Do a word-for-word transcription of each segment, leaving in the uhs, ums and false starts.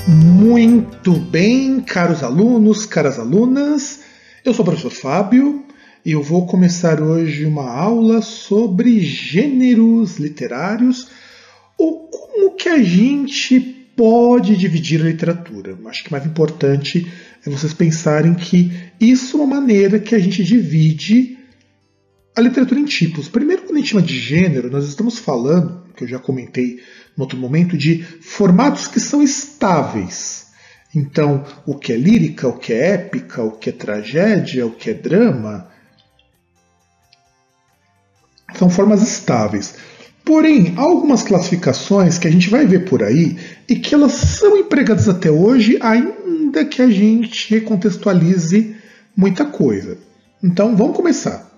Muito bem, caros alunos, caras alunas, eu sou o professor Fábio e eu vou começar hoje uma aula sobre gêneros literários ou como que a gente pode dividir a literatura. Acho que o mais importante é vocês pensarem que isso é uma maneira que a gente divide a literatura em tipos. Primeiro, quando a gente chama de gênero, nós estamos falando, que eu já comentei em outro momento, de formatos que são estáveis. Então, o que é lírica, o que é épica, o que é tragédia, o que é drama, são formas estáveis. Porém, há algumas classificações que a gente vai ver por aí e que elas são empregadas até hoje, ainda que a gente recontextualize muita coisa. Então, vamos começar.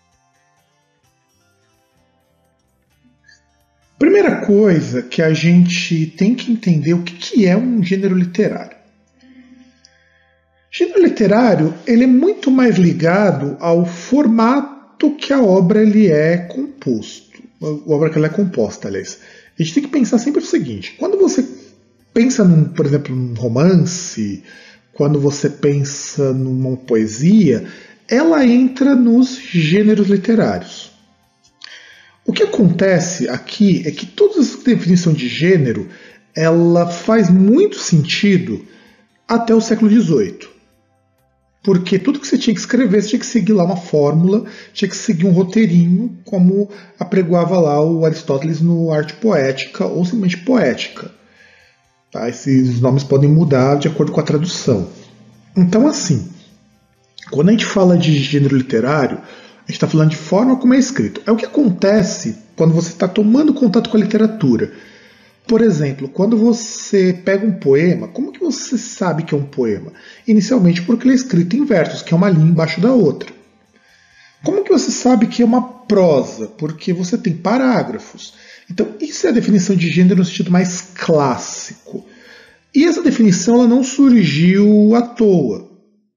Primeira coisa que a gente tem que entender o que é um gênero literário. Gênero literário ele é muito mais ligado ao formato que a obra ele é composto, a obra que ela é composta, aliás. A gente tem que pensar sempre o seguinte: quando você pensa, num, por exemplo, num romance, quando você pensa numa poesia, ela entra nos gêneros literários. O que acontece aqui é que toda essa definição de gênero ela faz muito sentido até o século dezoito. Porque tudo que você tinha que escrever, você tinha que seguir lá uma fórmula, tinha que seguir um roteirinho, como apregoava lá o Aristóteles no Arte Poética, ou simplesmente Poética. Tá? Esses nomes podem mudar de acordo com a tradução. Então, assim, quando a gente fala de gênero literário, a gente está falando de forma como é escrito. É o que acontece quando você está tomando contato com a literatura. Por exemplo, quando você pega um poema, como que você sabe que é um poema? Inicialmente porque ele é escrito em versos, que é uma linha embaixo da outra. Como que você sabe que é uma prosa? Porque você tem parágrafos. Então, isso é a definição de gênero no sentido mais clássico. E essa definição ela não surgiu à toa.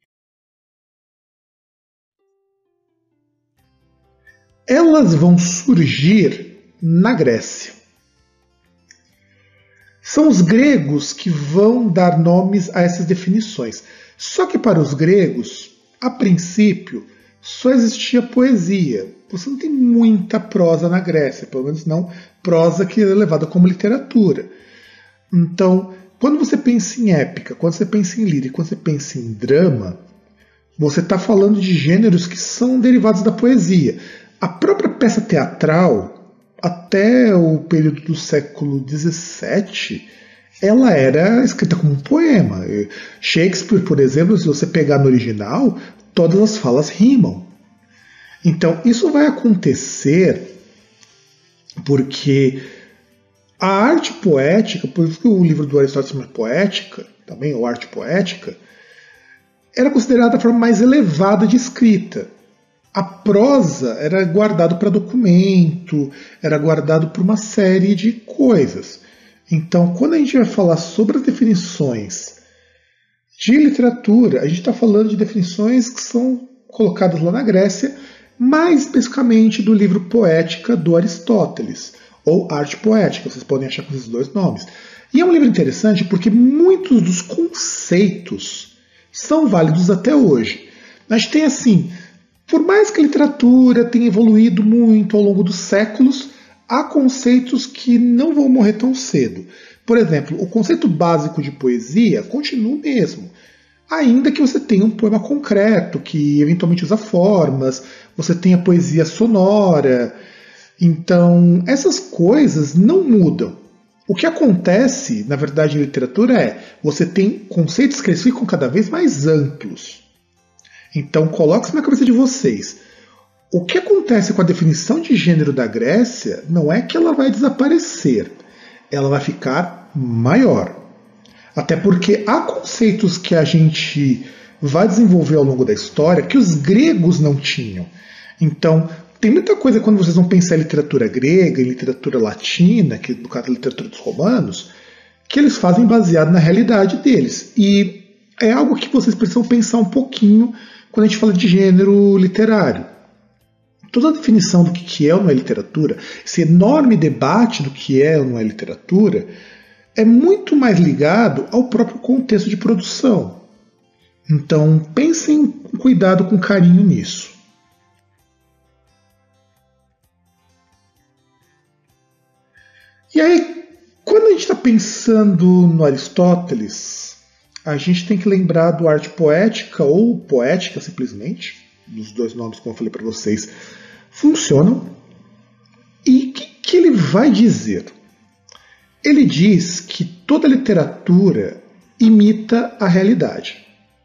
Elas vão surgir na Grécia. São os gregos que vão dar nomes a essas definições. Só que para os gregos, a princípio, só existia poesia. Você não tem muita prosa na Grécia, pelo menos não prosa que é levada como literatura. Então, quando você pensa em épica, quando você pensa em lírica, quando você pensa em drama, você está falando de gêneros que são derivados da poesia. A própria peça teatral, até o período do século dezessete, ela era escrita como um poema. Shakespeare, por exemplo, se você pegar no original, todas as falas rimam. Então, isso vai acontecer porque a arte poética, por isso que o livro do Aristóteles chama Poética, também, ou Arte Poética, era considerada a forma mais elevada de escrita. A prosa era guardado para documento, era guardado por uma série de coisas. Então, quando a gente vai falar sobre as definições de literatura, a gente está falando de definições que são colocadas lá na Grécia, mais especificamente do livro Poética do Aristóteles, ou Arte Poética, vocês podem achar com esses dois nomes. E é um livro interessante porque muitos dos conceitos são válidos até hoje. A gente tem assim... Por mais que a literatura tenha evoluído muito ao longo dos séculos, há conceitos que não vão morrer tão cedo. Por exemplo, o conceito básico de poesia continua o mesmo. Ainda que você tenha um poema concreto, que eventualmente usa formas, você tenha poesia sonora. Então, essas coisas não mudam. O que acontece, na verdade, em literatura é você tem conceitos que eles ficam cada vez mais amplos. Então, coloque isso na cabeça de vocês. O que acontece com a definição de gênero da Grécia não é que ela vai desaparecer, ela vai ficar maior. Até porque há conceitos que a gente vai desenvolver ao longo da história que os gregos não tinham. Então, tem muita coisa quando vocês vão pensar em literatura grega, em literatura latina, que no caso é a literatura dos romanos, que eles fazem baseado na realidade deles. E é algo que vocês precisam pensar um pouquinho quando a gente fala de gênero literário. Toda a definição do que é ou não é literatura, esse enorme debate do que é ou não é literatura, é muito mais ligado ao próprio contexto de produção. Então, pensem com cuidado, com carinho nisso. E aí, quando a gente está pensando no Aristóteles, a gente tem que lembrar do Arte Poética, ou Poética simplesmente, dos dois nomes, como eu falei para vocês, funcionam. E o que, que ele vai dizer? Ele diz que toda literatura imita a realidade.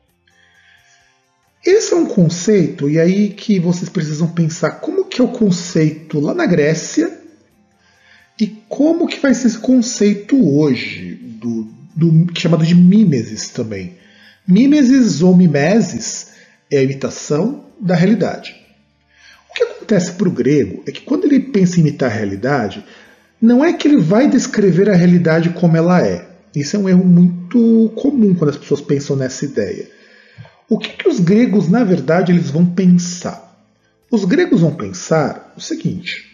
Esse é um conceito, e aí que vocês precisam pensar como que é o conceito lá na Grécia e como que vai ser esse conceito hoje, do, do chamado de mimesis também. Mimesis ou mimesis é a imitação da realidade. O que acontece para o grego é que quando ele pensa em imitar a realidade, não é que ele vai descrever a realidade como ela é. Isso é um erro muito comum quando as pessoas pensam nessa ideia. O que, que os gregos, na verdade, eles vão pensar? Os gregos vão pensar o seguinte,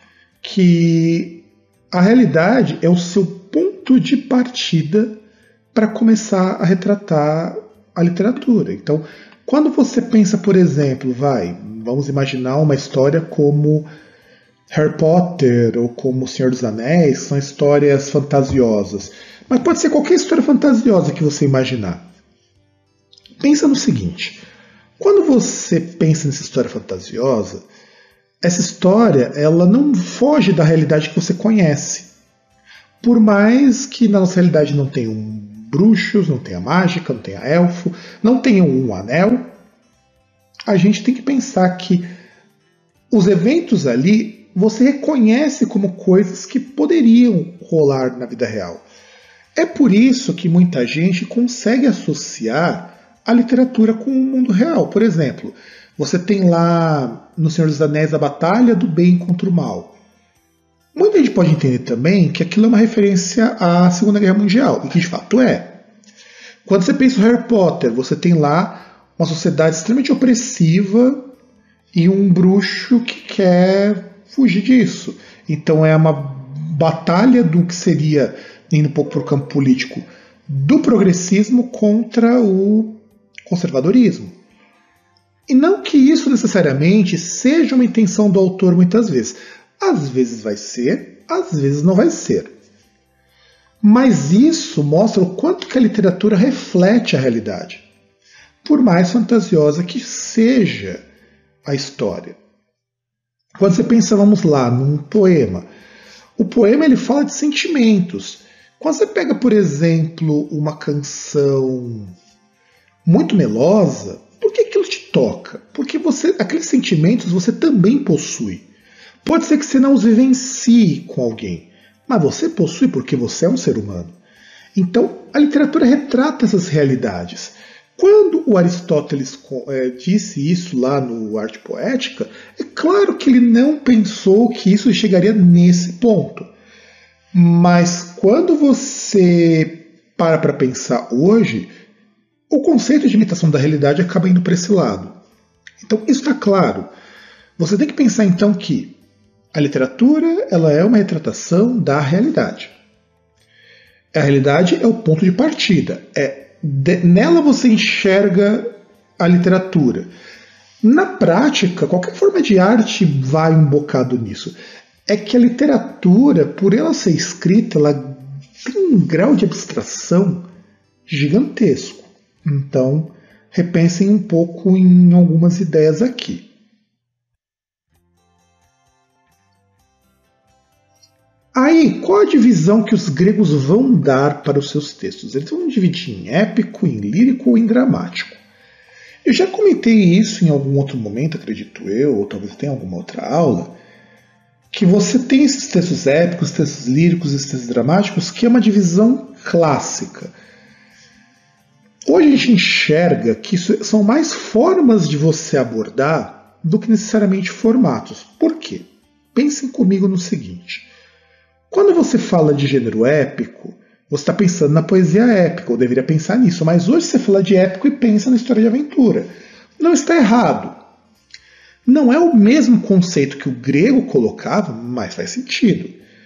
que a realidade é o seu ponto de partida para começar a retratar a literatura. Então, quando você pensa, por exemplo, vai, vamos imaginar uma história como Harry Potter ou como O Senhor dos Anéis, são histórias fantasiosas. Mas pode ser qualquer história fantasiosa que você imaginar. Pensa no seguinte, quando você pensa nessa história fantasiosa, essa história ela não foge da realidade que você conhece. Por mais que na nossa realidade não tenham bruxos, não tenha mágica, não tenha elfo, não tenha um anel, a gente tem que pensar que os eventos ali você reconhece como coisas que poderiam rolar na vida real. É por isso que muita gente consegue associar a literatura com o mundo real. Por exemplo, você tem lá no Senhor dos Anéis a batalha do bem contra o mal. Muita gente pode entender também que aquilo é uma referência à Segunda Guerra Mundial, e que de fato é. Quando você pensa no Harry Potter, você tem lá uma sociedade extremamente opressiva e um bruxo que quer fugir disso. Então é uma batalha do que seria, indo um pouco para o campo político, do progressismo contra o conservadorismo. E não que isso necessariamente seja uma intenção do autor muitas vezes. Às vezes vai ser, às vezes não vai ser. Mas isso mostra o quanto que a literatura reflete a realidade, por mais fantasiosa que seja a história. Quando você pensa, vamos lá, num poema, o poema ele fala de sentimentos. Quando você pega, por exemplo, uma canção muito melosa, por que aquilo te toca? Porque você, aqueles sentimentos você também possui. Pode ser que você não os vivencie com alguém, mas você possui porque você é um ser humano. Então, a literatura retrata essas realidades. Quando o Aristóteles é, disse isso lá no Arte Poética, é claro que ele não pensou que isso chegaria nesse ponto. Mas quando você para para pensar hoje, o conceito de imitação da realidade acaba indo para esse lado. Então, isso está claro. Você tem que pensar, então, que a literatura ela é uma retratação da realidade. A realidade é o ponto de partida. É, de, nela você enxerga a literatura. Na prática, qualquer forma de arte vai um bocado nisso. É que a literatura, por ela ser escrita, ela tem um grau de abstração gigantesco. Então, repensem um pouco em algumas ideias aqui. Aí, qual a divisão que os gregos vão dar para os seus textos? Eles vão dividir em épico, em lírico ou em dramático. Eu já comentei isso em algum outro momento, acredito eu, ou talvez tenha alguma outra aula, que você tem esses textos épicos, textos líricos, esses textos dramáticos, que é uma divisão clássica. Hoje a gente enxerga que isso são mais formas de você abordar do que necessariamente formatos. Por quê? Pensem comigo no seguinte. Quando você fala de gênero épico, você está pensando na poesia épica, ou deveria pensar nisso, mas hoje você fala de épico e pensa na história de aventura. Não está errado. Não é o mesmo conceito que o grego colocava, mas faz sentido.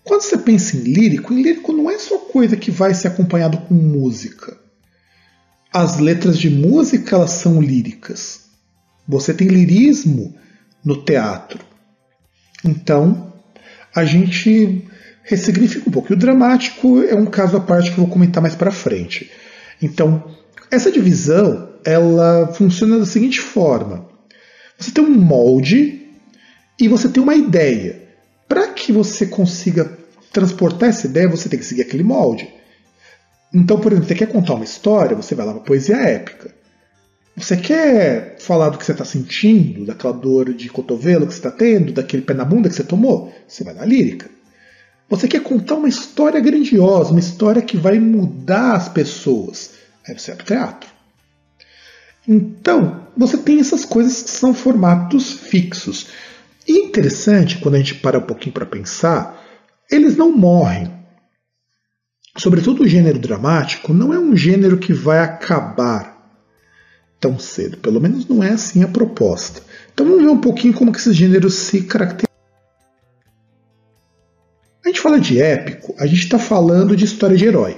Quando você pensa em lírico, em lírico não é só coisa que vai ser acompanhado com música. As letras de música, elas são líricas. Você tem lirismo no teatro. Então, a gente ressignifica um pouco. E o dramático é um caso à parte que eu vou comentar mais para frente. Então, essa divisão, ela funciona da seguinte forma. Você tem um molde e você tem uma ideia. Para que você consiga transportar essa ideia, você tem que seguir aquele molde. Então, por exemplo, você quer contar uma história, você vai lá para poesia épica. Você quer falar do que você está sentindo, daquela dor de cotovelo que você está tendo, daquele pé na bunda que você tomou, você vai na lírica. Você quer contar uma história grandiosa, uma história que vai mudar as pessoas, aí você vai para o teatro. Então, você tem essas coisas que são formatos fixos. E interessante, quando a gente para um pouquinho para pensar, eles não morrem. Sobretudo o gênero dramático não é um gênero que vai acabar tão cedo. Pelo menos não é assim a proposta. Então vamos ver um pouquinho como que esses gêneros se caracterizam. A gente fala de épico, a gente está falando de história de herói.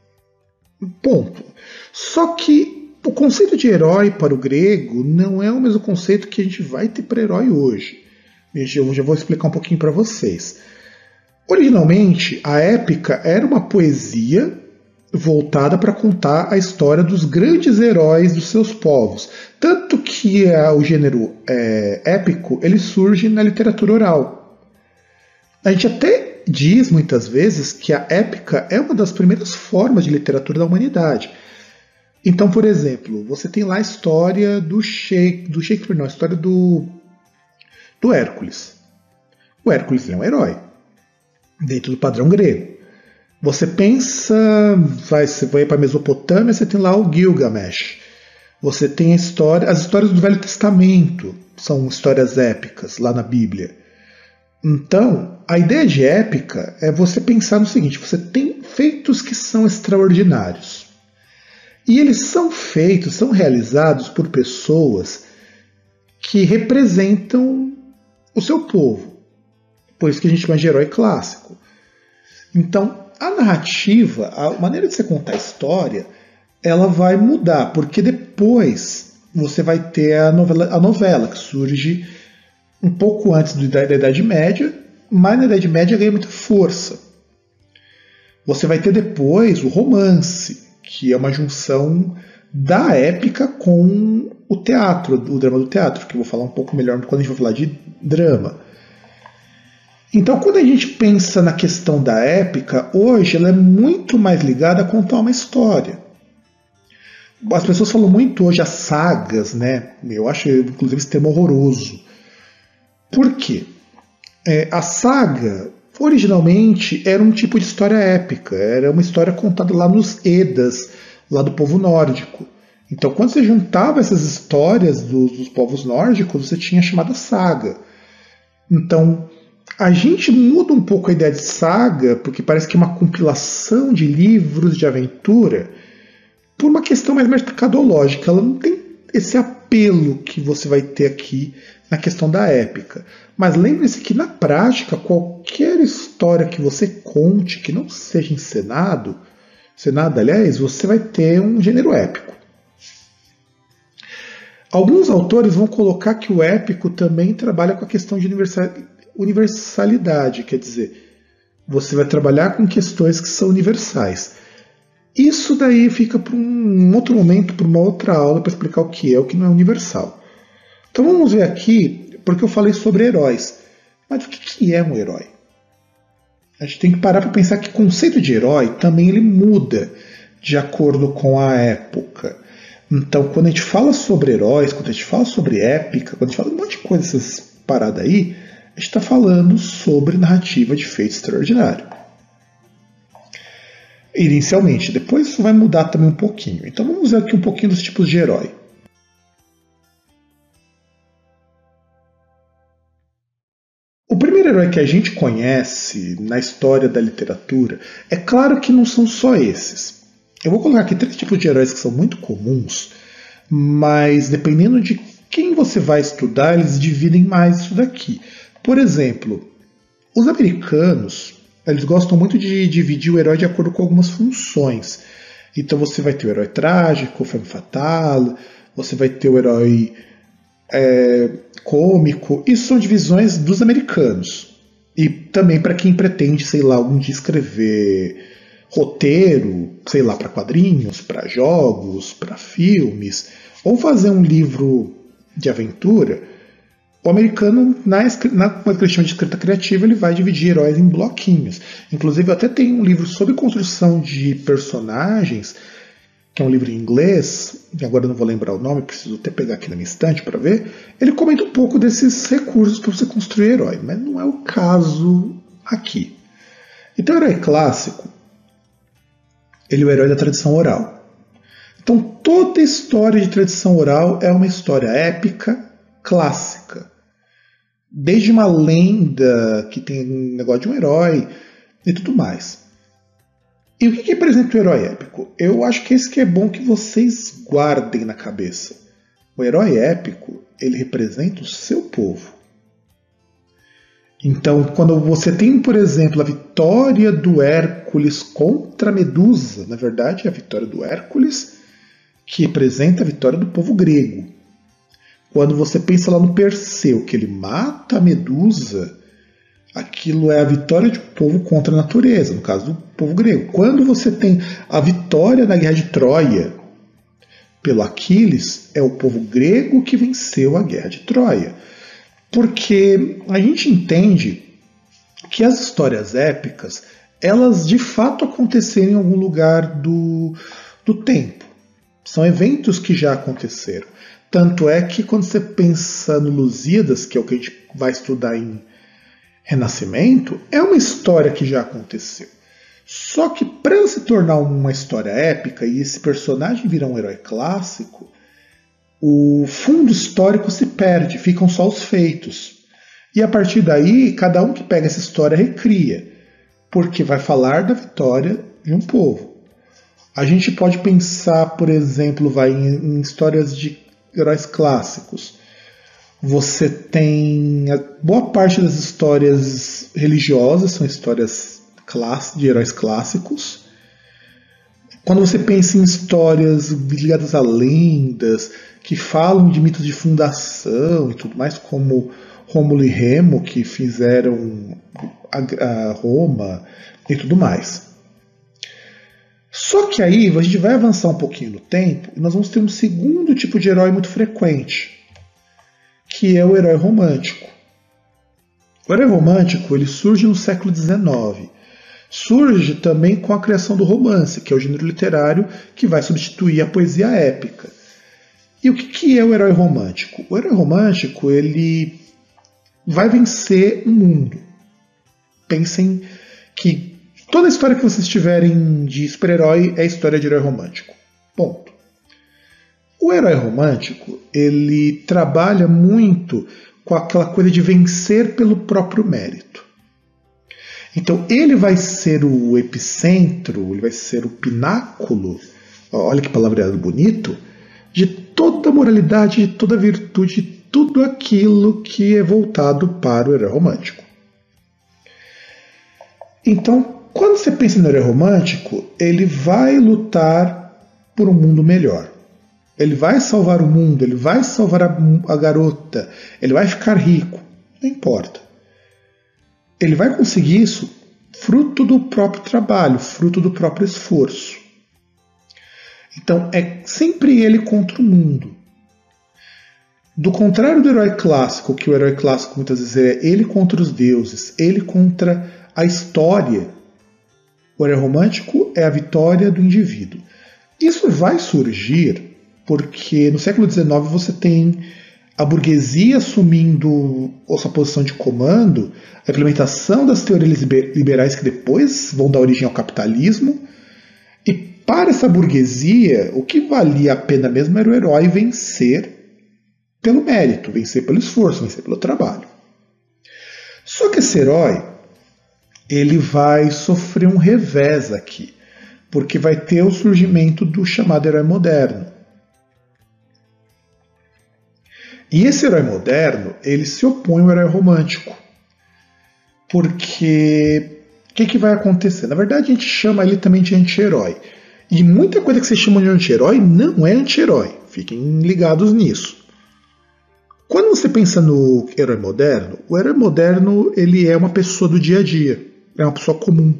Ponto. Só que o conceito de herói para o grego não é o mesmo conceito que a gente vai ter para herói hoje. Eu já vou explicar um pouquinho para vocês. Originalmente, a épica era uma poesia voltada para contar a história dos grandes heróis dos seus povos. Tanto que é, o gênero é, épico ele surge na literatura oral. A gente até diz muitas vezes que a épica é uma das primeiras formas de literatura da humanidade. Então, por exemplo, você tem lá a história do Shakespeare, do Shakespeare não, a história do, do Hércules. O Hércules é um herói, dentro do padrão grego. Você pensa, vai, você vai para a Mesopotâmia, você tem lá o Gilgamesh. Você tem a história, as histórias do Velho Testamento são histórias épicas lá na Bíblia. Então, a ideia de épica é você pensar no seguinte: você tem feitos que são extraordinários. E eles são feitos, são realizados por pessoas que representam o seu povo. Por isso que a gente chama de herói clássico. Então, a narrativa, a maneira de você contar a história, ela vai mudar, porque depois você vai ter a novela, a novela que surge um pouco antes da Idade Média, mas na Idade Média ganha muita força. Você vai ter depois o romance, que é uma junção da épica com o teatro, o drama do teatro, que eu vou falar um pouco melhor quando a gente vai falar de drama. Então, quando a gente pensa na questão da épica, hoje ela é muito mais ligada a contar uma história. As pessoas falam muito hoje as sagas, né? Eu acho, inclusive, esse termo horroroso. Por quê? É, a saga, originalmente, era um tipo de história épica. Era uma história contada lá nos Edas, lá do povo nórdico. Então, quando você juntava essas histórias dos, dos povos nórdicos, você tinha a chamada saga. Então, a gente muda um pouco a ideia de saga, porque parece que é uma compilação de livros de aventura, por uma questão mais mercadológica. Ela não tem esse apelo que você vai ter aqui na questão da épica. Mas lembre-se que, na prática, qualquer história que você conte, que não seja encenado, encenada, aliás, você vai ter um gênero épico. Alguns autores vão colocar que o épico também trabalha com a questão de universalidade, quer dizer, você vai trabalhar com questões que são universais. Isso daí fica para um outro momento, para uma outra aula, para explicar o que é, o que não é universal. Então vamos ver aqui, porque eu falei sobre heróis. Mas o que é um herói? A gente tem que parar para pensar que o conceito de herói também ele muda de acordo com a época. Então, quando a gente fala sobre heróis, quando a gente fala sobre épica, quando a gente fala um monte de coisa, essas paradas aí, a gente está falando sobre narrativa de feito extraordinário. Inicialmente, depois isso vai mudar também um pouquinho. Então vamos ver aqui um pouquinho dos tipos de herói. O primeiro herói que a gente conhece na história da literatura, é claro que não são só esses. Eu vou colocar aqui três tipos de heróis que são muito comuns, mas dependendo de quem você vai estudar, eles dividem mais isso daqui. Por exemplo, os americanos, Eles gostam muito de dividir o herói de acordo com algumas funções. Então você vai ter o herói trágico, o femme fatale, você vai ter o herói é, cômico. Isso são divisões dos americanos. E também para quem pretende, sei lá, algum dia escrever roteiro, sei lá, para quadrinhos, para jogos, para filmes, ou fazer um livro de aventura, o americano, na, na coisa que ele chama de escrita criativa, ele vai dividir heróis em bloquinhos. Inclusive, eu até tenho um livro sobre construção de personagens, que é um livro em inglês, e agora eu não vou lembrar o nome, preciso até pegar aqui na minha estante para ver. Ele comenta um pouco desses recursos para você construir herói, mas não é o caso aqui. Então, o herói clássico, ele é o herói da tradição oral. Então, toda história de tradição oral é uma história épica, clássica. Desde uma lenda que tem um negócio de um herói e tudo mais. E o que representa o herói épico? Eu acho que esse que é bom que vocês guardem na cabeça. O herói épico, ele representa o seu povo. Então, quando você tem, por exemplo, a vitória do Hércules contra a Medusa, na verdade é a vitória do Hércules que representa a vitória do povo grego. Quando você pensa lá no Perseu, que ele mata a Medusa, aquilo é a vitória de um povo contra a natureza, no caso do povo grego. Quando você tem a vitória na guerra de Troia pelo Aquiles, é o povo grego que venceu a guerra de Troia. Porque a gente entende que as histórias épicas, elas de fato aconteceram em algum lugar do, do tempo. São eventos que já aconteceram. Tanto é que quando você pensa no Lusíadas, que é o que a gente vai estudar em Renascimento, é uma história que já aconteceu. Só que para ela se tornar uma história épica e esse personagem virar um herói clássico, o fundo histórico se perde, ficam só os feitos. E a partir daí, cada um que pega essa história recria, porque vai falar da vitória de um povo. A gente pode pensar, por exemplo, vai em, em histórias de heróis clássicos. Você tem a boa parte das histórias religiosas, são histórias de heróis clássicos. Quando você pensa em histórias ligadas a lendas, que falam de mitos de fundação e tudo mais, como Rômulo e Remo, que fizeram a, a Roma e tudo mais. Só que aí a gente vai avançar um pouquinho no tempo e nós vamos ter um segundo tipo de herói muito frequente, que é o herói romântico. O herói romântico ele surge no século dezenove. Surge também com a criação do romance, que é o gênero literário que vai substituir a poesia épica. E o que é o herói romântico? O herói romântico ele vai vencer o mundo. Pensem que toda a história que vocês tiverem de super-herói é história de herói romântico. Ponto. O herói romântico ele trabalha muito com aquela coisa de vencer pelo próprio mérito. Então ele vai ser o epicentro, ele vai ser o pináculo, olha que palavreado bonito, de toda a moralidade, de toda a virtude, de tudo aquilo que é voltado para o herói romântico. Então, quando você pensa no herói romântico, ele vai lutar por um mundo melhor. Ele vai salvar o mundo, ele vai salvar a, a garota, ele vai ficar rico, não importa. Ele vai conseguir isso fruto do próprio trabalho, fruto do próprio esforço. Então é sempre ele contra o mundo. Do contrário do herói clássico, que o herói clássico muitas vezes é ele contra os deuses, ele contra a história, o herói romântico é a vitória do indivíduo. Isso vai surgir porque no século dezenove você tem a burguesia assumindo a sua posição de comando, a implementação das teorias liberais que depois vão dar origem ao capitalismo, e para essa burguesia, o que valia a pena mesmo era o herói vencer pelo mérito, vencer pelo esforço, vencer pelo trabalho. Só que esse herói, ele vai sofrer um revés aqui, porque vai ter o surgimento do chamado herói moderno. E esse herói moderno, ele se opõe ao herói romântico, porque que, que vai acontecer? Na verdade, a gente chama ele também de anti-herói. E muita coisa que vocês chamam de anti-herói não é anti-herói. Fiquem ligados nisso. Quando você pensa no herói moderno, o herói moderno ele é uma pessoa do dia a dia. É uma pessoa comum.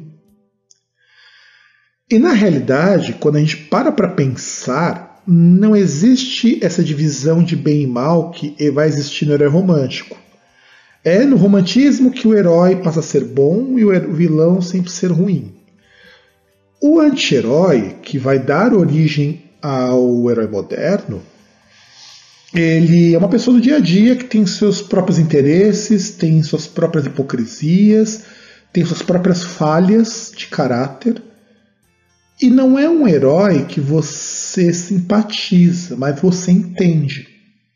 E na realidade, quando a gente para para pensar, não existe essa divisão de bem e mal que vai existir no herói romântico. É no romantismo que o herói passa a ser bom e o vilão sempre ser ruim. O anti-herói, que vai dar origem ao herói moderno, ele é uma pessoa do dia a dia que tem seus próprios interesses, tem suas próprias hipocrisias, tem suas próprias falhas de caráter. E não é um herói que você simpatiza, mas você entende.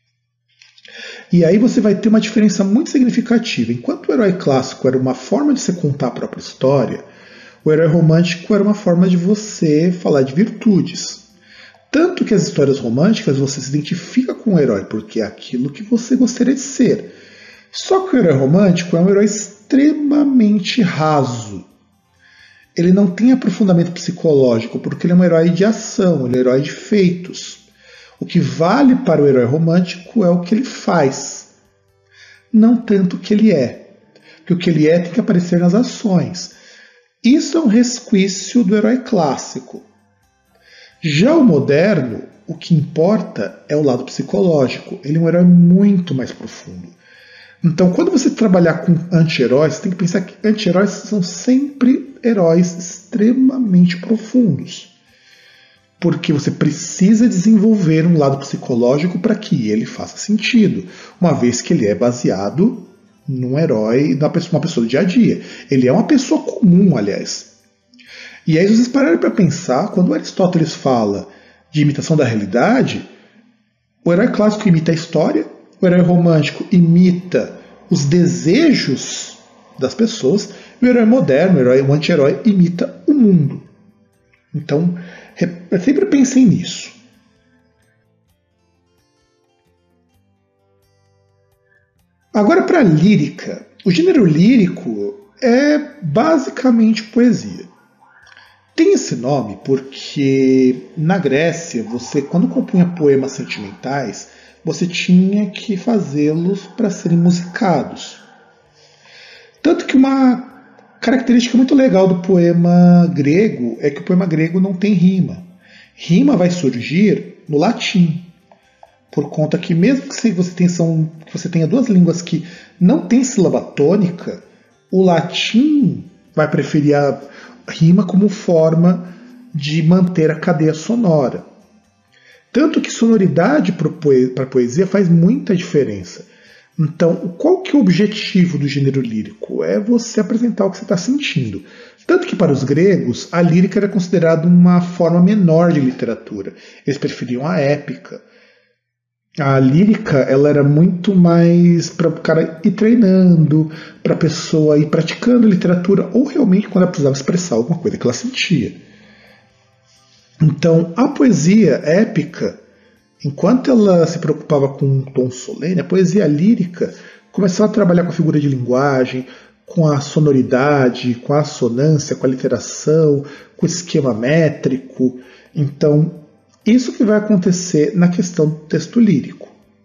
E aí você vai ter uma diferença muito significativa. Enquanto o herói clássico era uma forma de você contar a própria história, o herói romântico era uma forma de você falar de virtudes. Tanto que as histórias românticas você se identifica com o herói, porque é aquilo que você gostaria de ser. Só que o herói romântico é um herói extremamente raso. Ele não tem aprofundamento psicológico, porque ele é um herói de ação, ele é um herói de feitos. O que vale para o herói romântico é o que ele faz, não tanto o que ele é. Porque o que ele é tem que aparecer nas ações. Isso é um resquício do herói clássico. Já o moderno, o que importa é o lado psicológico. Ele é um herói muito mais profundo. Então, quando você trabalhar com anti-heróis, você tem que pensar que anti-heróis são sempre heróis extremamente profundos. Porque você precisa desenvolver um lado psicológico para que ele faça sentido, uma vez que ele é baseado num herói, uma pessoa, uma pessoa do dia a dia. Ele é uma pessoa comum, aliás. E aí, se vocês pararem para pensar, quando Aristóteles fala de imitação da realidade, o herói clássico imita a história, o herói romântico imita os desejos das pessoas, e o herói moderno, o, herói, o anti-herói, imita o mundo. Então, eu sempre pensei nisso. Agora, para a lírica. O gênero lírico é basicamente poesia. Tem esse nome porque na Grécia, você, quando compunha poemas sentimentais, você tinha que fazê-los para serem musicados. Tanto que uma característica muito legal do poema grego é que o poema grego não tem rima. Rima vai surgir no latim, por conta que mesmo que você tenha, são, que você tenha duas línguas que não têm sílaba tônica, o latim vai preferir a rima como forma de manter a cadeia sonora. Tanto que sonoridade para a poesia faz muita diferença. Então, qual que é o objetivo do gênero lírico? É você apresentar o que você está sentindo. Tanto que para os gregos, a lírica era considerada uma forma menor de literatura. Eles preferiam a épica. A lírica ela era muito mais para o cara ir treinando, para a pessoa ir praticando literatura, ou realmente quando ela precisava expressar alguma coisa que ela sentia. Então, a poesia épica, enquanto ela se preocupava com um tom solene, a poesia lírica começava a trabalhar com a figura de linguagem, com a sonoridade, com a assonância, com a literação, com o esquema métrico. Então, isso que vai acontecer na questão do texto lírico.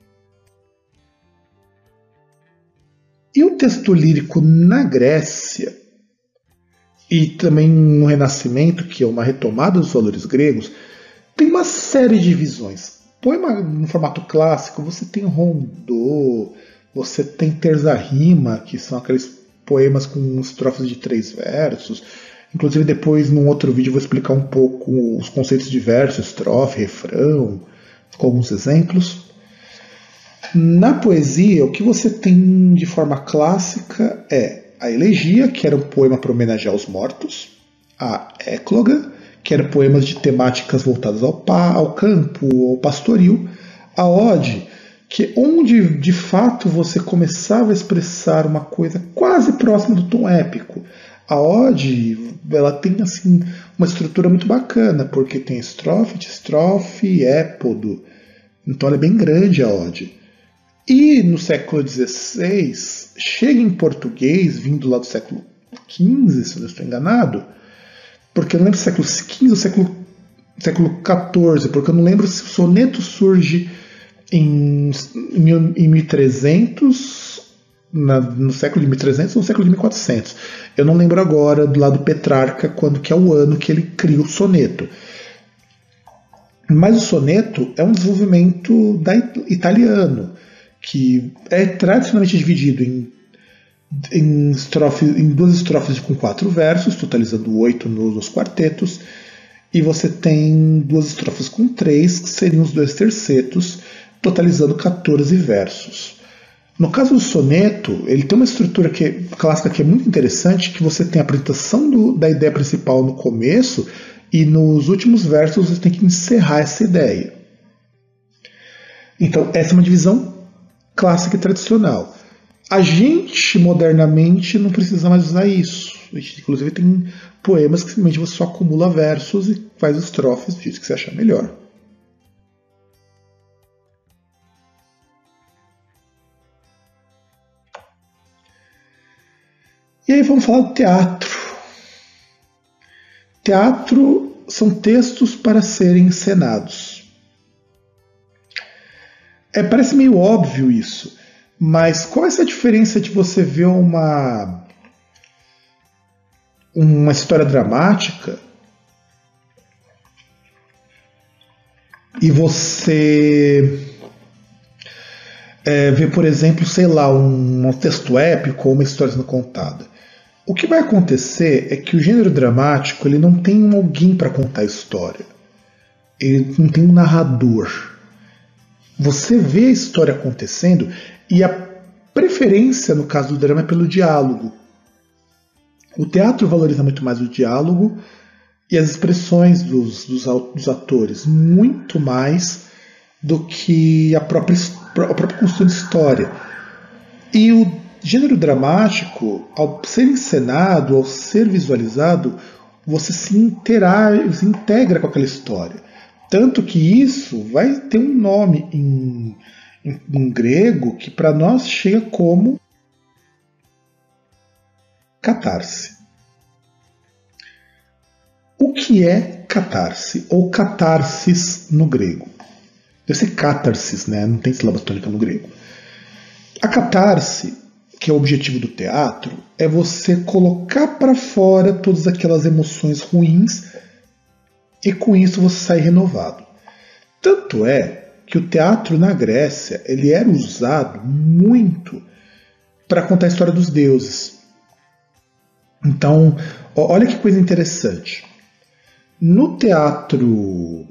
E o texto lírico na Grécia, e também no Renascimento, que é uma retomada dos valores gregos, tem uma série de visões. Poema no formato clássico, você tem rondô, você tem terça-rima, que são aqueles poemas com estrofes de três versos. Inclusive depois, num outro vídeo, eu vou explicar um pouco os conceitos de verso, estrofe, refrão, com alguns exemplos. Na poesia, o que você tem de forma clássica é a elegia, que era um poema para homenagear os mortos, a écloga, que eram poemas de temáticas voltadas ao, pa, ao campo, ao pastoril, a ode, que é onde de fato você começava a expressar uma coisa quase próxima do tom épico. A ode ela tem assim, uma estrutura muito bacana, porque tem estrofe, estrofe, épodo. Então ela é bem grande a ode. E no século dezesseis, chega em português, vindo lá do século quinze, se eu não estou enganado, porque eu não lembro se século quinze ou século, século quatorze, porque eu não lembro se o soneto surge em, em mil e trezentos, na, no século de mil e trezentos ou no século de mil e quatrocentos. Eu não lembro agora do lado Petrarca quando que é o ano que ele cria o soneto. Mas o soneto é um desenvolvimento da, italiano, que é tradicionalmente dividido em, em, estrofe, em duas estrofes com quatro versos, totalizando oito nos, nos quartetos, e você tem duas estrofes com três, que seriam os dois tercetos, totalizando quatorze versos. No caso do soneto, ele tem uma estrutura que é, clássica que é muito interessante, que você tem a apresentação do, da ideia principal no começo, e nos últimos versos você tem que encerrar essa ideia. Então, essa é uma divisão clássica e tradicional. A gente, modernamente, não precisa mais usar isso. A gente, inclusive, tem poemas que simplesmente você só acumula versos e faz estrofes disso que você achar melhor. E aí vamos falar do teatro. Teatro são textos para serem encenados. É, parece meio óbvio isso, mas qual é essa diferença de você ver uma, uma história dramática e você é, ver, por exemplo, sei lá, um, um texto épico ou uma história sendo contada? O que vai acontecer é que o gênero dramático ele não tem um alguém para contar a história. Ele não tem um narrador. Você vê a história acontecendo e a preferência, no caso do drama, é pelo diálogo. O teatro valoriza muito mais o diálogo e as expressões dos, dos, dos atores, muito mais do que a própria, a própria construção de história. E o gênero dramático, ao ser encenado, ao ser visualizado, você se, interage, se integra com aquela história. Tanto que isso vai ter um nome em, em, em grego que para nós chega como catarse. O que é catarse? Ou catarsis no grego? Deve ser catarsis, né? Não tem sílaba tônica no grego. A catarse, que é o objetivo do teatro, é você colocar para fora todas aquelas emoções ruins e com isso você sai renovado. Tanto é que o teatro na Grécia ele era usado muito para contar a história dos deuses. Então, olha que coisa interessante. No teatro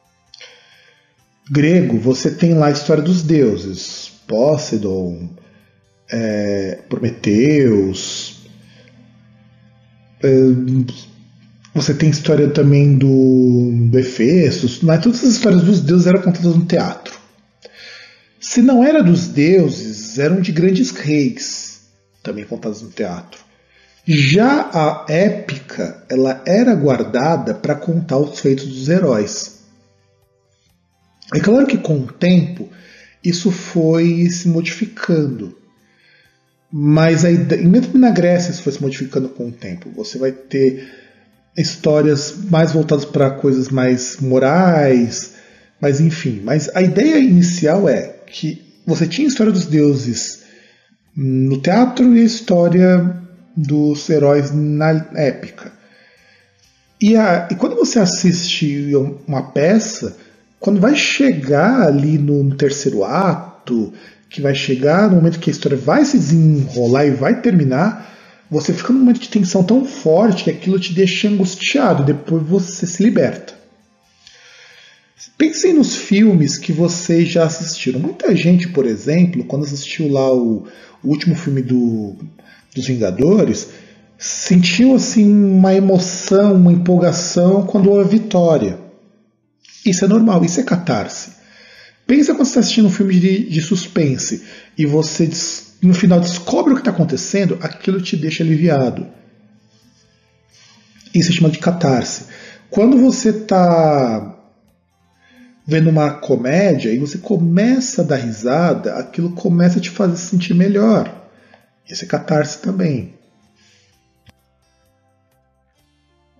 grego, você tem lá a história dos deuses, Poseidon, É, Prometeus. É, você tem história também do, do Hefestos. Né? Todas as histórias dos deuses eram contadas no teatro. Se não era dos deuses, eram de grandes reis, também contadas no teatro. Já a épica, ela era guardada para contar os feitos dos heróis. É claro que com o tempo isso foi se modificando. Mas a ideia, mesmo na Grécia isso foi se modificando com o tempo. Você vai ter histórias mais voltadas para coisas mais morais, mas enfim. Mas a ideia inicial é que você tinha a história dos deuses no teatro e a história dos heróis na épica. E, a, e quando você assiste uma peça, quando vai chegar ali no, no terceiro ato, que vai chegar no momento que a história vai se desenrolar e vai terminar, você fica num momento de tensão tão forte que aquilo te deixa angustiado, depois você se liberta. Pensem nos filmes que vocês já assistiram. Muita gente, por exemplo, quando assistiu lá o, o último filme do, dos Vingadores, sentiu assim uma emoção, uma empolgação quando houve a vitória. Isso é normal, isso é catarse. Pensa quando você está assistindo um filme de, de suspense e você no final descobre o que está acontecendo, aquilo te deixa aliviado. Isso é chamado de catarse. Quando você está vendo uma comédia e você começa a dar risada, aquilo começa a te fazer se sentir melhor. Isso é catarse também.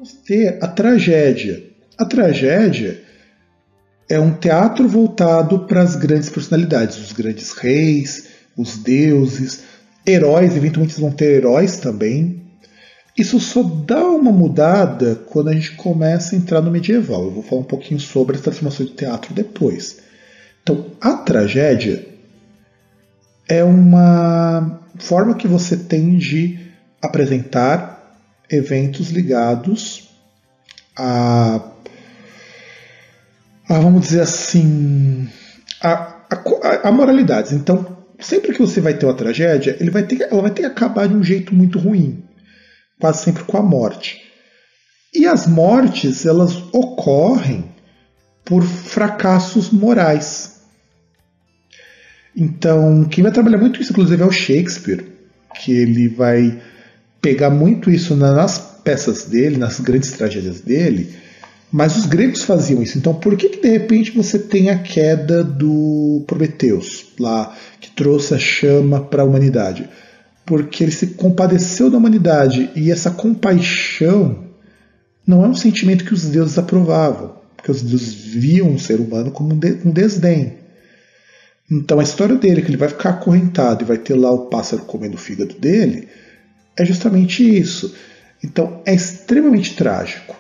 vamos ter a tragédia. A tragédia é um teatro voltado para as grandes personalidades, os grandes reis, os deuses, heróis, eventualmente vão ter heróis também. Isso só dá uma mudada quando a gente começa a entrar no medieval. Eu vou falar um pouquinho sobre as transformações do teatro depois. Então, a tragédia é uma forma que você tem de apresentar eventos ligados a, a vamos dizer assim, a, a, a moralidades. Então, sempre que você vai ter uma tragédia, ele vai ter, ela vai ter que acabar de um jeito muito ruim, quase sempre com a morte. E as mortes, elas ocorrem por fracassos morais. Então, quem vai trabalhar muito isso, inclusive, é o Shakespeare, que ele vai pegar muito isso nas peças dele, nas grandes tragédias dele, mas os gregos faziam isso. Então, por que, que de repente você tem a queda do Prometeus, lá, que trouxe a chama para a humanidade? Porque ele se compadeceu da humanidade, e essa compaixão não é um sentimento que os deuses aprovavam, porque os deuses viam o ser humano como um, de, um desdém. Então a história dele, que ele vai ficar acorrentado e vai ter lá o pássaro comendo o fígado dele, é justamente isso. Então é extremamente trágico.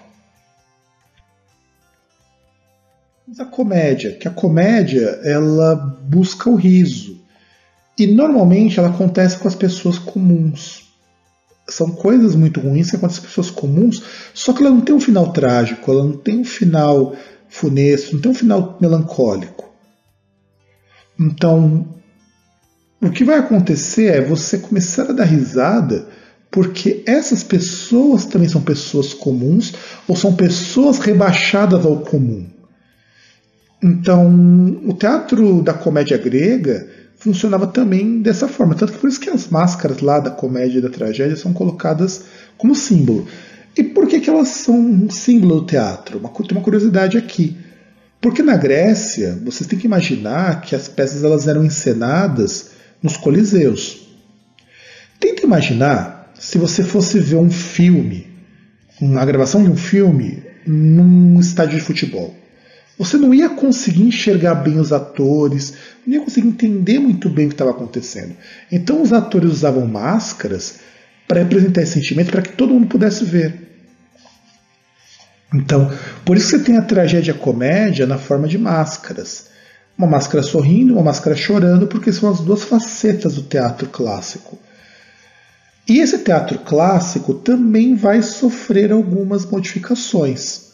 Mas a comédia, que a comédia ela busca o riso. E normalmente ela acontece com as pessoas comuns. São coisas muito ruins que acontecem com as pessoas comuns, só que ela não tem um final trágico, ela não tem um final funesto, não tem um final melancólico. Então, o que vai acontecer é você começar a dar risada porque essas pessoas também são pessoas comuns ou são pessoas rebaixadas ao comum. Então, o teatro da comédia grega funcionava também dessa forma. Tanto que por isso que as máscaras lá da comédia e da tragédia são colocadas como símbolo. E por que, que elas são um símbolo do teatro? Uma, tem uma curiosidade aqui. Porque na Grécia, vocês têm que imaginar que as peças elas eram encenadas nos coliseus. Tenta imaginar se você fosse ver um filme, uma gravação de um filme, num estádio de futebol. Você não ia conseguir enxergar bem os atores, não ia conseguir entender muito bem o que estava acontecendo. Então os atores usavam máscaras para representar esse sentimento, para que todo mundo pudesse ver. Então, por isso você tem a tragédia e a comédia na forma de máscaras. Uma máscara sorrindo, uma máscara chorando, porque são as duas facetas do teatro clássico. E esse teatro clássico também vai sofrer algumas modificações.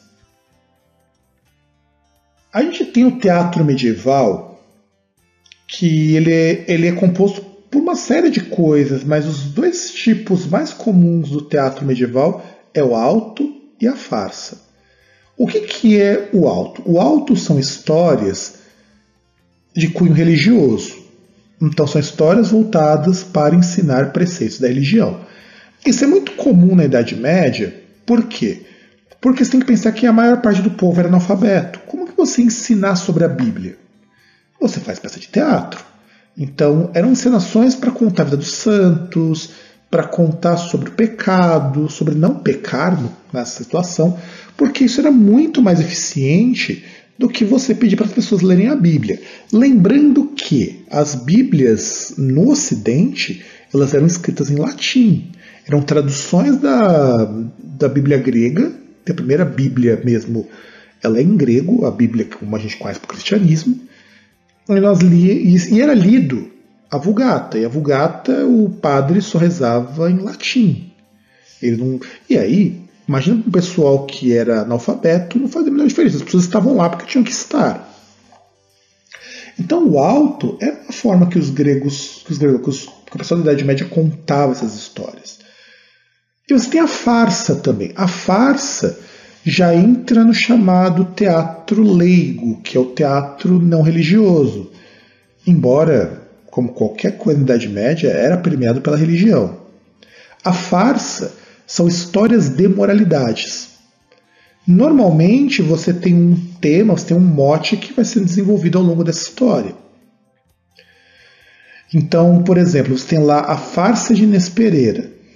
A gente tem o teatro medieval, que ele é, ele é composto por uma série de coisas, mas os dois tipos mais comuns do teatro medieval é o auto e a farsa. O que, que é o auto? O auto são histórias de cunho religioso. Então são histórias voltadas para ensinar preceitos da religião. Isso é muito comum na Idade Média. Por quê? Porque você tem que pensar que a maior parte do povo era analfabeto. Como que você ensinar sobre a Bíblia? Você faz peça de teatro. Então eram encenações para contar a vida dos santos, para contar sobre o pecado, sobre não pecar nessa situação, porque isso era muito mais eficiente do que você pedir para as pessoas lerem a Bíblia. Lembrando que as Bíblias no Ocidente elas eram escritas em latim, eram traduções da, da Bíblia grega, que a primeira Bíblia mesmo ela é em grego, a Bíblia como a gente conhece para o cristianismo, e, nós li, e era lido a Vulgata, e a Vulgata o padre só rezava em latim. Ele não, e aí, imagina um pessoal que era analfabeto, não fazia a menor diferença, as pessoas estavam lá porque tinham que estar. Então o alto era a forma que os gregos, que os gregos, que o pessoal da Idade Média contava essas histórias. E você tem a farsa também. A farsa já entra no chamado teatro leigo, que é o teatro não religioso. Embora, como qualquer coisa na Idade Média, era premiado pela religião. A farsa são histórias de moralidades. Normalmente você tem um tema, você tem um mote que vai sendo desenvolvido ao longo dessa história. Então, por exemplo, você tem lá a farsa de Inês Pereira,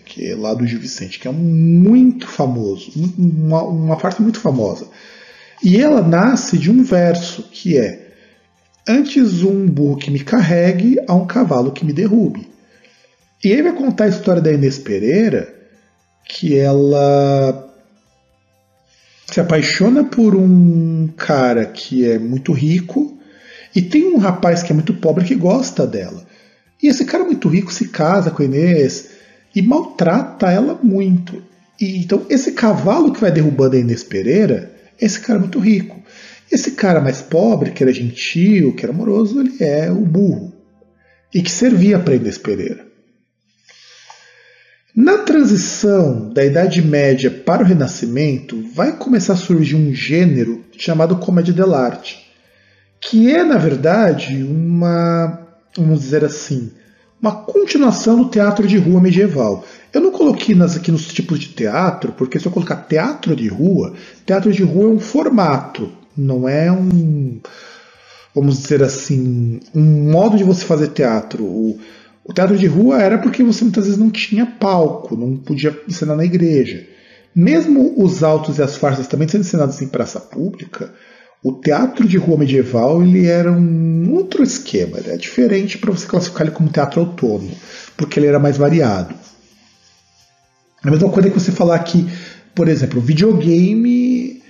que é lá do Gil Vicente, que é muito famoso, uma, uma farsa muito famosa. E ela nasce de um verso que é: antes um burro que me carregue, a um cavalo que me derrube. E aí vai contar a história da Inês Pereira, que ela se apaixona por um cara que é muito rico e tem um rapaz que é muito pobre que gosta dela. E esse cara muito rico se casa com a Inês e maltrata ela muito. E, então esse cavalo que vai derrubando a Inês Pereira é esse cara muito rico. Esse cara mais pobre, que era gentil, que era amoroso, ele é o burro. E que servia para Inês Pereira. Na transição da Idade Média para o Renascimento, vai começar a surgir um gênero chamado comédia dell'arte, que é, na verdade, uma, vamos dizer assim, uma continuação do teatro de rua medieval. Eu não coloquei nas, aqui nos tipos de teatro, porque se eu colocar teatro de rua, teatro de rua é um formato, não é um, vamos dizer assim, um modo de você fazer teatro. O, o teatro de rua era porque você muitas vezes não tinha palco, não podia ensinar na igreja. Mesmo os autos e as farsas também sendo ensinados em praça pública, o teatro de rua medieval ele era um outro esquema, era diferente para você classificar ele como teatro autônomo, porque ele era mais variado. A mesma coisa que você falar que, por exemplo, videogame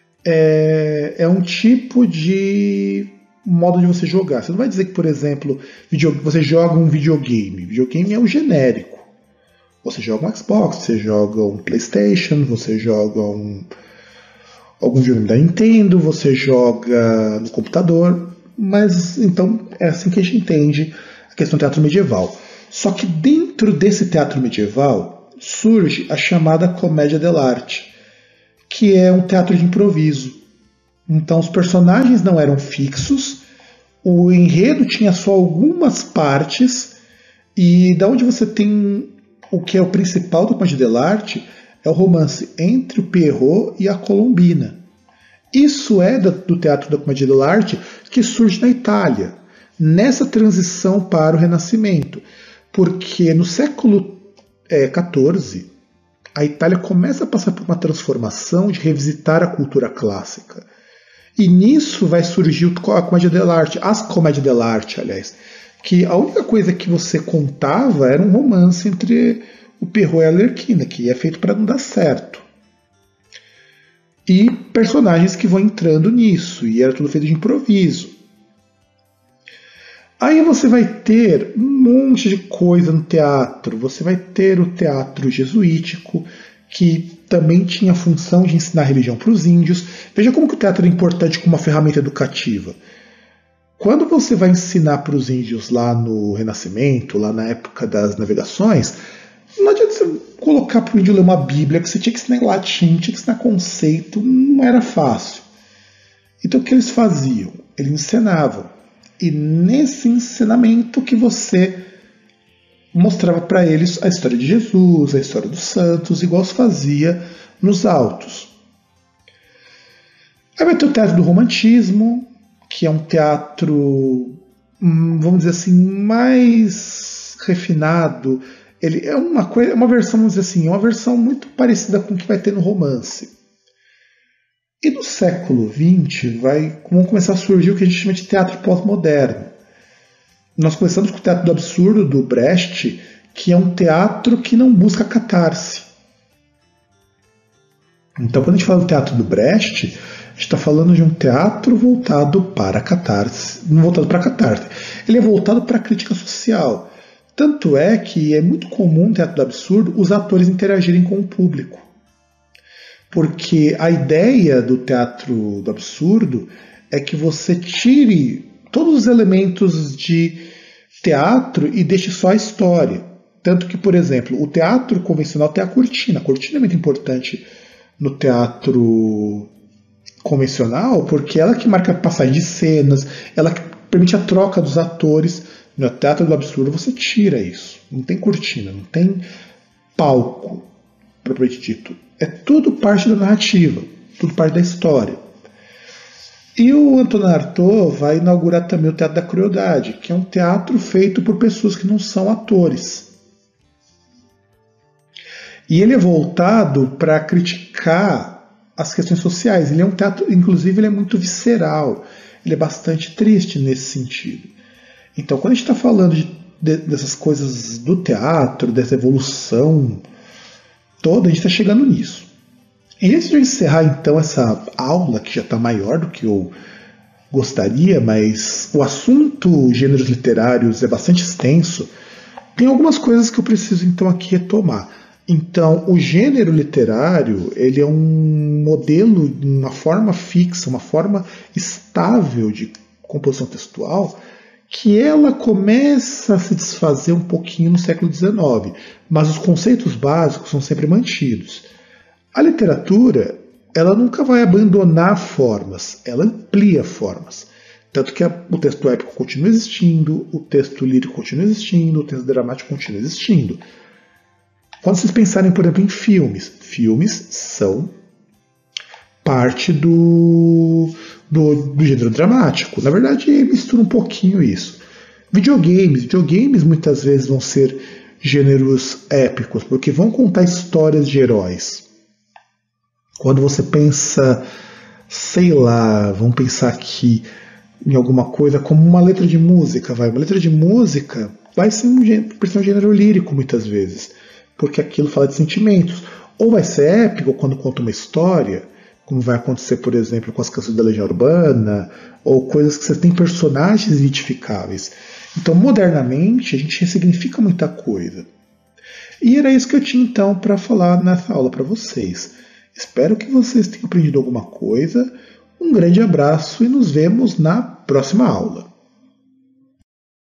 é, é um tipo de modo de você jogar. Você não vai dizer que, por exemplo, video, você joga um videogame. Videogame é o genérico. Você joga um Xbox, você joga um PlayStation, você joga um, algum jogo da Nintendo, você joga no computador. Mas então é assim que a gente entende a questão do teatro medieval. Só que dentro desse teatro medieval surge a chamada comédia dell'arte, que é um teatro de improviso. Então os personagens não eram fixos, o enredo tinha só algumas partes, e da onde você tem o que é o principal do comédia dell'arte é o romance entre o Pierrot e a Colombina. Isso é do teatro da comédia dell'arte que surge na Itália, nessa transição para o Renascimento, porque no século quatorze a Itália começa a passar por uma transformação de revisitar a cultura clássica. E nisso vai surgir a comédia dell'arte, as comédias dell'arte, aliás, que a única coisa que você contava era um romance entre o Pierrot e a Arlequina, que é feito para não dar certo. E personagens que vão entrando nisso, e era tudo feito de improviso. Aí você vai ter um monte de coisa no teatro. Você vai ter o teatro jesuítico, que também tinha a função de ensinar a religião para os índios. Veja como que o teatro é importante como uma ferramenta educativa. Quando você vai ensinar para os índios lá no Renascimento, lá na época das navegações, não adianta você colocar para o índio ler uma Bíblia, que você tinha que ensinar em latim, tinha que ensinar conceito, não era fácil. Então o que eles faziam? Eles ensinavam. E nesse ensinamento que você mostrava para eles a história de Jesus, a história dos santos, igual se fazia nos autos. Aí vai ter o teatro do romantismo, que é um teatro, vamos dizer assim, mais refinado. Ele é uma coisa, uma versão, vamos dizer assim, é uma versão muito parecida com o que vai ter no romance. E no século vinte vai, vão começar a surgir o que a gente chama de teatro pós-moderno. Nós começamos com o teatro do absurdo, do Brecht, que é um teatro que não busca catarse. Então, quando a gente fala do teatro do Brecht, a gente está falando de um teatro voltado para a catarse. Não voltado para a catarse. Ele é voltado para a crítica social. Tanto é que é muito comum no teatro do absurdo os atores interagirem com o público. Porque a ideia do teatro do absurdo é que você tire todos os elementos de teatro e deixe só a história. Tanto que, por exemplo, o teatro convencional tem a cortina. A cortina é muito importante no teatro convencional porque ela que marca a passagem de cenas, ela que permite a troca dos atores. No teatro do absurdo você tira isso. Não tem cortina, não tem palco, propriamente dito. É tudo parte da narrativa, tudo parte da história. E o Antonin Artaud vai inaugurar também o Teatro da Crueldade, que é um teatro feito por pessoas que não são atores. E ele é voltado para criticar as questões sociais. Ele é um teatro, inclusive, ele é muito visceral. Ele é bastante triste nesse sentido. Então, quando a gente está falando de, de, dessas coisas do teatro, dessa evolução toda, a gente está chegando nisso. E antes de eu encerrar, então, essa aula, que já está maior do que eu gostaria, mas o assunto gêneros literários é bastante extenso, tem algumas coisas que eu preciso, então, aqui retomar. Então, o gênero literário, ele é um modelo, uma forma fixa, uma forma estável de composição textual, que ela começa a se desfazer um pouquinho no século dezenove, mas os conceitos básicos são sempre mantidos. A literatura, ela nunca vai abandonar formas, ela amplia formas. Tanto que a, o texto épico continua existindo, o texto lírico continua existindo, o texto dramático continua existindo. Quando vocês pensarem, por exemplo, em filmes, filmes são parte do, do, do gênero dramático. Na verdade, mistura um pouquinho isso. Videogames, videogames muitas vezes vão ser gêneros épicos, porque vão contar histórias de heróis. Quando você pensa, sei lá, vamos pensar aqui em alguma coisa como uma letra de música, vai. Uma letra de música vai ser um gênero, ser um gênero lírico muitas vezes, porque aquilo fala de sentimentos. Ou vai ser épico quando conta uma história, como vai acontecer, por exemplo, com as canções da Legião Urbana, ou coisas que você tem personagens identificáveis. Então, modernamente, a gente ressignifica muita coisa. E era isso que eu tinha, então, para falar nessa aula para vocês. Espero que vocês tenham aprendido alguma coisa. Um grande abraço e nos vemos na próxima aula.